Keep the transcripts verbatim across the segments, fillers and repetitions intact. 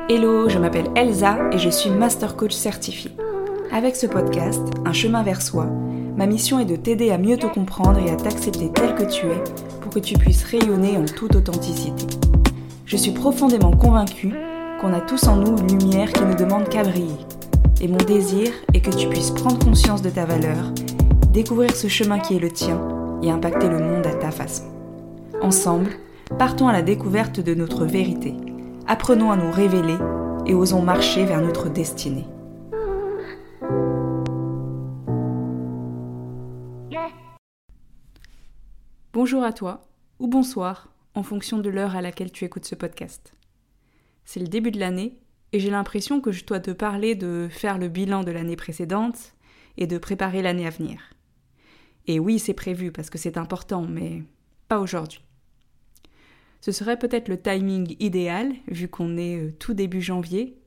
Hello, je m'appelle Elsa et je suis Master Coach certifiée. Avec ce podcast, Un chemin vers soi, ma mission est de t'aider à mieux te comprendre et à t'accepter tel que tu es pour que tu puisses rayonner en toute authenticité. Je suis profondément convaincue qu'on a tous en nous une lumière qui ne demande qu'à briller. Et mon désir est que tu puisses prendre conscience de ta valeur, découvrir ce chemin qui est le tien et impacter le monde à ta façon. Ensemble, partons à la découverte de notre vérité. Apprenons à nous révéler et osons marcher vers notre destinée. Bonjour à toi, ou bonsoir, en fonction de l'heure à laquelle tu écoutes ce podcast. C'est le début de l'année, et j'ai l'impression que je dois te parler de faire le bilan de l'année précédente et de préparer l'année à venir. Et oui, c'est prévu parce que c'est important, mais pas aujourd'hui. Ce serait peut-être le timing idéal, vu qu'on est tout début janvier,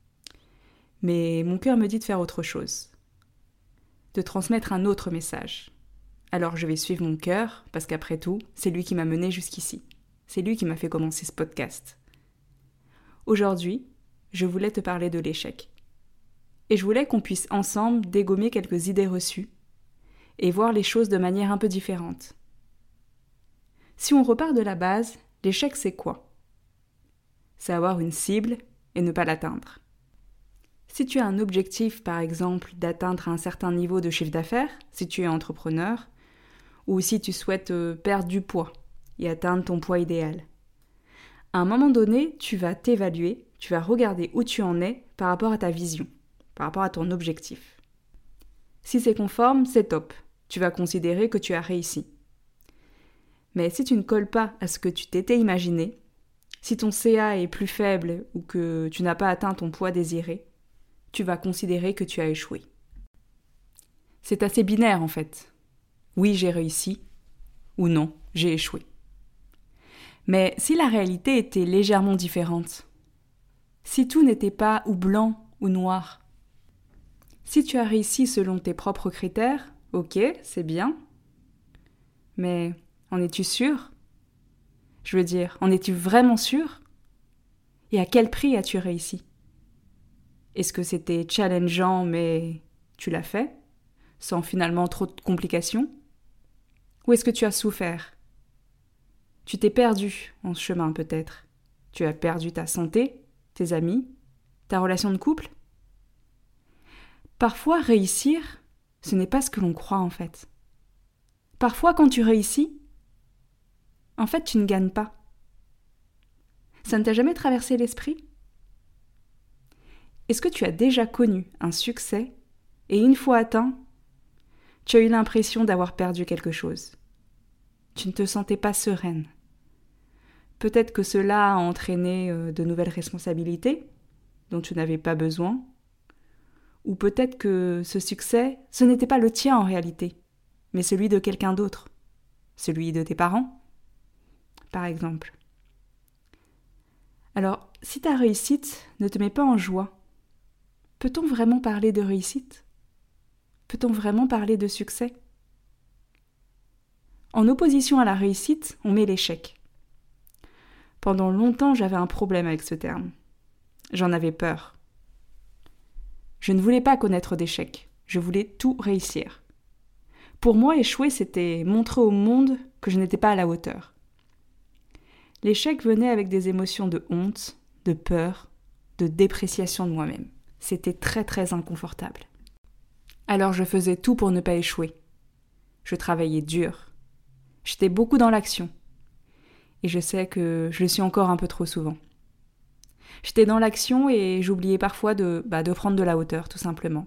mais mon cœur me dit de faire autre chose, de transmettre un autre message. Alors je vais suivre mon cœur, parce qu'après tout, c'est lui qui m'a mené jusqu'ici. C'est lui qui m'a fait commencer ce podcast. Aujourd'hui, je voulais te parler de l'échec. Et je voulais qu'on puisse ensemble dégommer quelques idées reçues et voir les choses de manière un peu différente. Si on repart de la base, l'échec, c'est quoi ? C'est avoir une cible et ne pas l'atteindre. Si tu as un objectif, par exemple, d'atteindre un certain niveau de chiffre d'affaires, si tu es entrepreneur, ou si tu souhaites perdre du poids et atteindre ton poids idéal, à un moment donné, tu vas t'évaluer, tu vas regarder où tu en es par rapport à ta vision, par rapport à ton objectif. Si c'est conforme, c'est top. Tu vas considérer que tu as réussi. Mais si tu ne colles pas à ce que tu t'étais imaginé, si ton C A est plus faible ou que tu n'as pas atteint ton poids désiré, tu vas considérer que tu as échoué. C'est assez binaire en fait. Oui, j'ai réussi, ou non, j'ai échoué. Mais si la réalité était légèrement différente, si tout n'était pas ou blanc ou noir, si tu as réussi selon tes propres critères, ok, c'est bien, mais en es-tu sûr ? Je veux dire, en es-tu vraiment sûr ? Et à quel prix as-tu réussi ? Est-ce que c'était challengeant mais tu l'as fait, sans finalement trop de complications ? Ou est-ce que tu as souffert ? Tu t'es perdu en ce chemin peut-être. Tu as perdu ta santé, tes amis, ta relation de couple ? Parfois, réussir, ce n'est pas ce que l'on croit en fait. Parfois, quand tu réussis, en fait, tu ne gagnes pas. Ça ne t'a jamais traversé l'esprit ? Est-ce que tu as déjà connu un succès et une fois atteint, tu as eu l'impression d'avoir perdu quelque chose ? Tu ne te sentais pas sereine. Peut-être que cela a entraîné de nouvelles responsabilités dont tu n'avais pas besoin. Ou peut-être que ce succès, ce n'était pas le tien en réalité, mais celui de quelqu'un d'autre. Celui de tes parents, par exemple. Alors, si ta réussite ne te met pas en joie, peut-on vraiment parler de réussite ? Peut-on vraiment parler de succès ? En opposition à la réussite, on met l'échec. Pendant longtemps, j'avais un problème avec ce terme. J'en avais peur. Je ne voulais pas connaître d'échec. Je voulais tout réussir. Pour moi, échouer, c'était montrer au monde que je n'étais pas à la hauteur. L'échec venait avec des émotions de honte, de peur, de dépréciation de moi-même. C'était très très inconfortable. Alors je faisais tout pour ne pas échouer. Je travaillais dur. J'étais beaucoup dans l'action. Et je sais que je le suis encore un peu trop souvent. J'étais dans l'action et j'oubliais parfois de, bah, de prendre de la hauteur, tout simplement.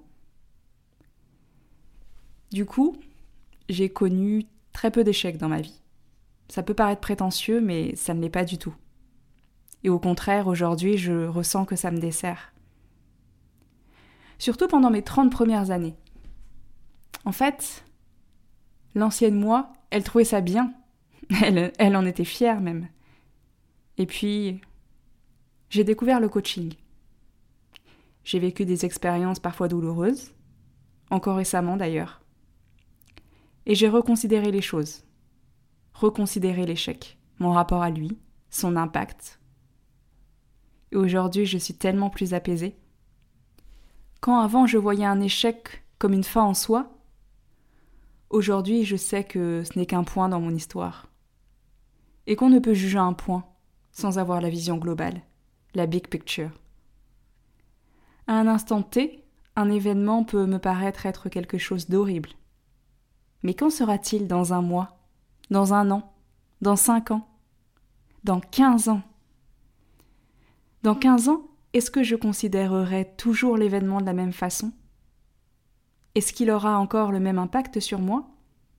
Du coup, j'ai connu très peu d'échecs dans ma vie. Ça peut paraître prétentieux, mais ça ne l'est pas du tout. Et au contraire, aujourd'hui, je ressens que ça me dessert. Surtout pendant mes trente premières années. En fait, l'ancienne moi, elle trouvait ça bien. Elle, elle en était fière même. Et puis, j'ai découvert le coaching. J'ai vécu des expériences parfois douloureuses, encore récemment d'ailleurs. Et j'ai reconsidéré les choses. Reconsidéré l'échec, mon rapport à lui, son impact. et aujourd'hui je suis tellement plus apaisée. Quand avant je voyais un échec comme une fin en soi, aujourd'hui je sais que ce n'est qu'un point dans mon histoire. Et qu'on ne peut juger un point sans avoir la vision globale, la big picture. À un instant T, un événement peut me paraître être quelque chose d'horrible. Mais qu'en sera-t-il dans un mois, dans un an, dans cinq ans, dans quinze ans ? Dans quinze ans, est-ce que je considérerai toujours l'événement de la même façon ? Est-ce qu'il aura encore le même impact sur moi ?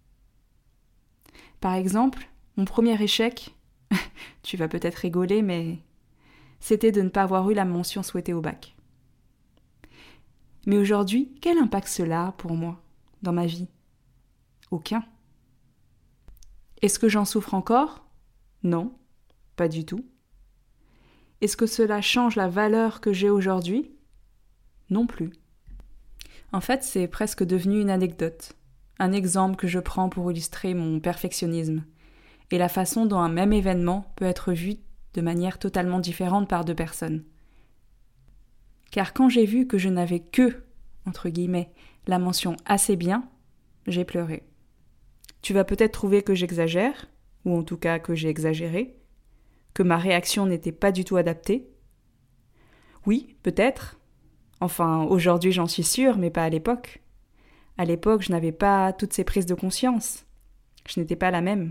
Par exemple, mon premier échec, tu vas peut-être rigoler, mais c'était de ne pas avoir eu la mention souhaitée au bac. Mais aujourd'hui, quel impact cela a pour moi, dans ma vie ? Aucun. Est-ce que j'en souffre encore ? Non, pas du tout. Est-ce que cela change la valeur que j'ai aujourd'hui ? Non plus. En fait, c'est presque devenu une anecdote, un exemple que je prends pour illustrer mon perfectionnisme et la façon dont un même événement peut être vu de manière totalement différente par deux personnes. Car quand j'ai vu que je n'avais que, entre guillemets, la mention assez bien, j'ai pleuré. Tu vas peut-être trouver que j'exagère, ou en tout cas que j'ai exagéré, que ma réaction n'était pas du tout adaptée. Oui, peut-être. Enfin, aujourd'hui j'en suis sûre, mais pas à l'époque. À l'époque, je n'avais pas toutes ces prises de conscience. Je n'étais pas la même.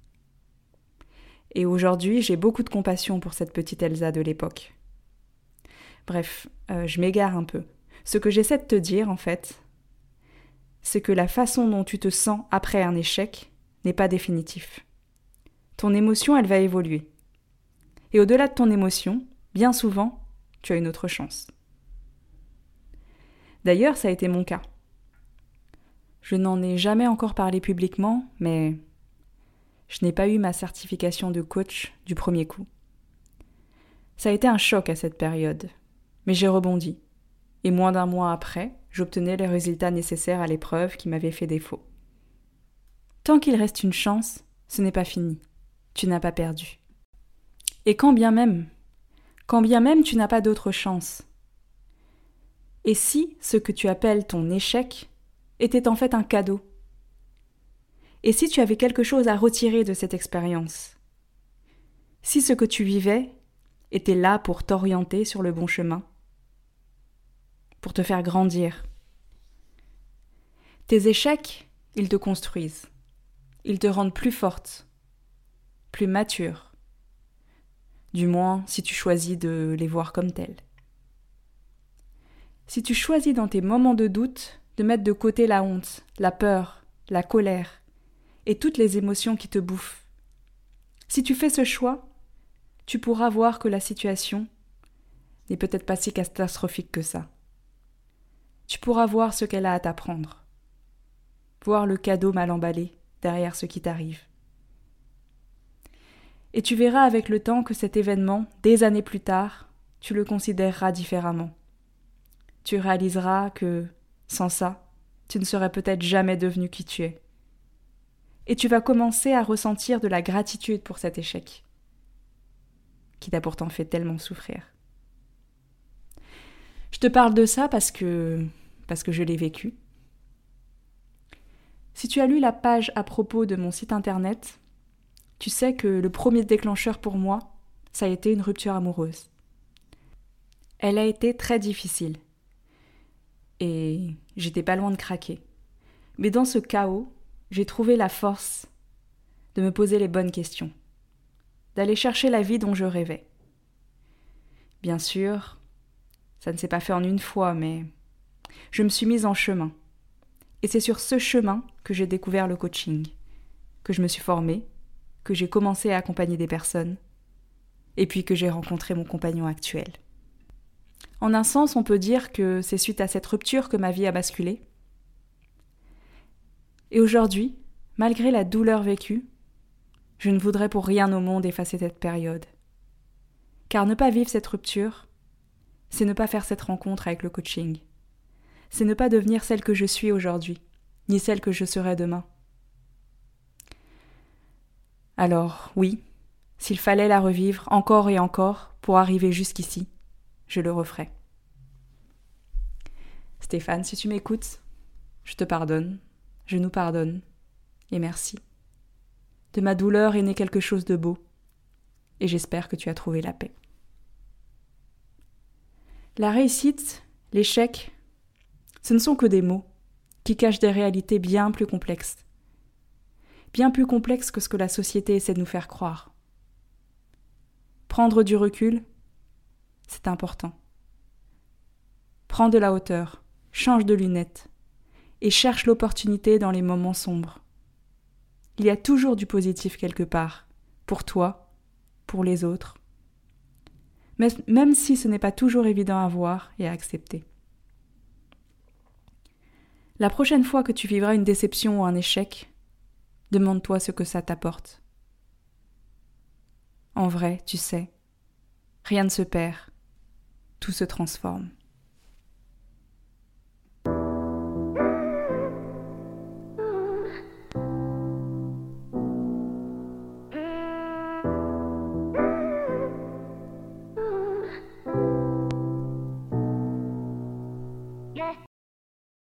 Et aujourd'hui, j'ai beaucoup de compassion pour cette petite Elsa de l'époque. Bref, euh, je m'égare un peu. Ce que j'essaie de te dire, en fait, c'est que la façon dont tu te sens après un échec n'est pas définitif. Ton émotion, elle va évoluer. Et au-delà de ton émotion, bien souvent, tu as une autre chance. D'ailleurs, ça a été mon cas. Je n'en ai jamais encore parlé publiquement, mais je n'ai pas eu ma certification de coach du premier coup. Ça a été un choc à cette période, mais j'ai rebondi. Et moins d'un mois après, j'obtenais les résultats nécessaires à l'épreuve qui m'avait fait défaut. Tant qu'il reste une chance, ce n'est pas fini. Tu n'as pas perdu. Et quand bien même, quand bien même tu n'as pas d'autre chance. Et si ce que tu appelles ton échec était en fait un cadeau ? Et si tu avais quelque chose à retirer de cette expérience ? Si ce que tu vivais était là pour t'orienter sur le bon chemin ? Pour te faire grandir ? Tes échecs, ils te construisent. Ils te rendent plus forte, plus mature. Du moins, si tu choisis de les voir comme tels. Si tu choisis dans tes moments de doute de mettre de côté la honte, la peur, la colère et toutes les émotions qui te bouffent, si tu fais ce choix, tu pourras voir que la situation n'est peut-être pas si catastrophique que ça. Tu pourras voir ce qu'elle a à t'apprendre, voir le cadeau mal emballé derrière ce qui t'arrive. Et tu verras avec le temps que cet événement, des années plus tard, tu le considéreras différemment. Tu réaliseras que, sans ça, tu ne serais peut-être jamais devenu qui tu es. Et tu vas commencer à ressentir de la gratitude pour cet échec, qui t'a pourtant fait tellement souffrir. Je te parle de ça parce que, parce que je l'ai vécu. Si tu as lu la page à propos de mon site internet, tu sais que le premier déclencheur pour moi, ça a été une rupture amoureuse. Elle a été très difficile. Et j'étais pas loin de craquer. Mais dans ce chaos, j'ai trouvé la force de me poser les bonnes questions, d'aller chercher la vie dont je rêvais. Bien sûr, ça ne s'est pas fait en une fois, mais je me suis mise en chemin. Et c'est sur ce chemin que j'ai découvert le coaching, que je me suis formée, que j'ai commencé à accompagner des personnes, et puis que j'ai rencontré mon compagnon actuel. En un sens, on peut dire que c'est suite à cette rupture que ma vie a basculé. Et aujourd'hui, malgré la douleur vécue, je ne voudrais pour rien au monde effacer cette période. Car ne pas vivre cette rupture, c'est ne pas faire cette rencontre avec le coaching. C'est ne pas devenir celle que je suis aujourd'hui, ni celle que je serai demain. Alors, oui, S'il fallait la revivre encore et encore pour arriver jusqu'ici, je le referais. Stéphane, si tu m'écoutes, je te pardonne, je nous pardonne, et merci. De ma douleur est né quelque chose de beau, et j'espère que tu as trouvé la paix. La réussite, l'échec, ce ne sont que des mots qui cachent des réalités bien plus complexes. Bien plus complexes que ce que la société essaie de nous faire croire. Prendre du recul, c'est important. Prends de la hauteur, change de lunettes et cherche l'opportunité dans les moments sombres. Il y a toujours du positif quelque part, pour toi, pour les autres, mais même si ce n'est pas toujours évident à voir et à accepter. La prochaine fois que tu vivras une déception ou un échec, demande-toi ce que ça t'apporte. En vrai, tu sais, rien ne se perd, tout se transforme.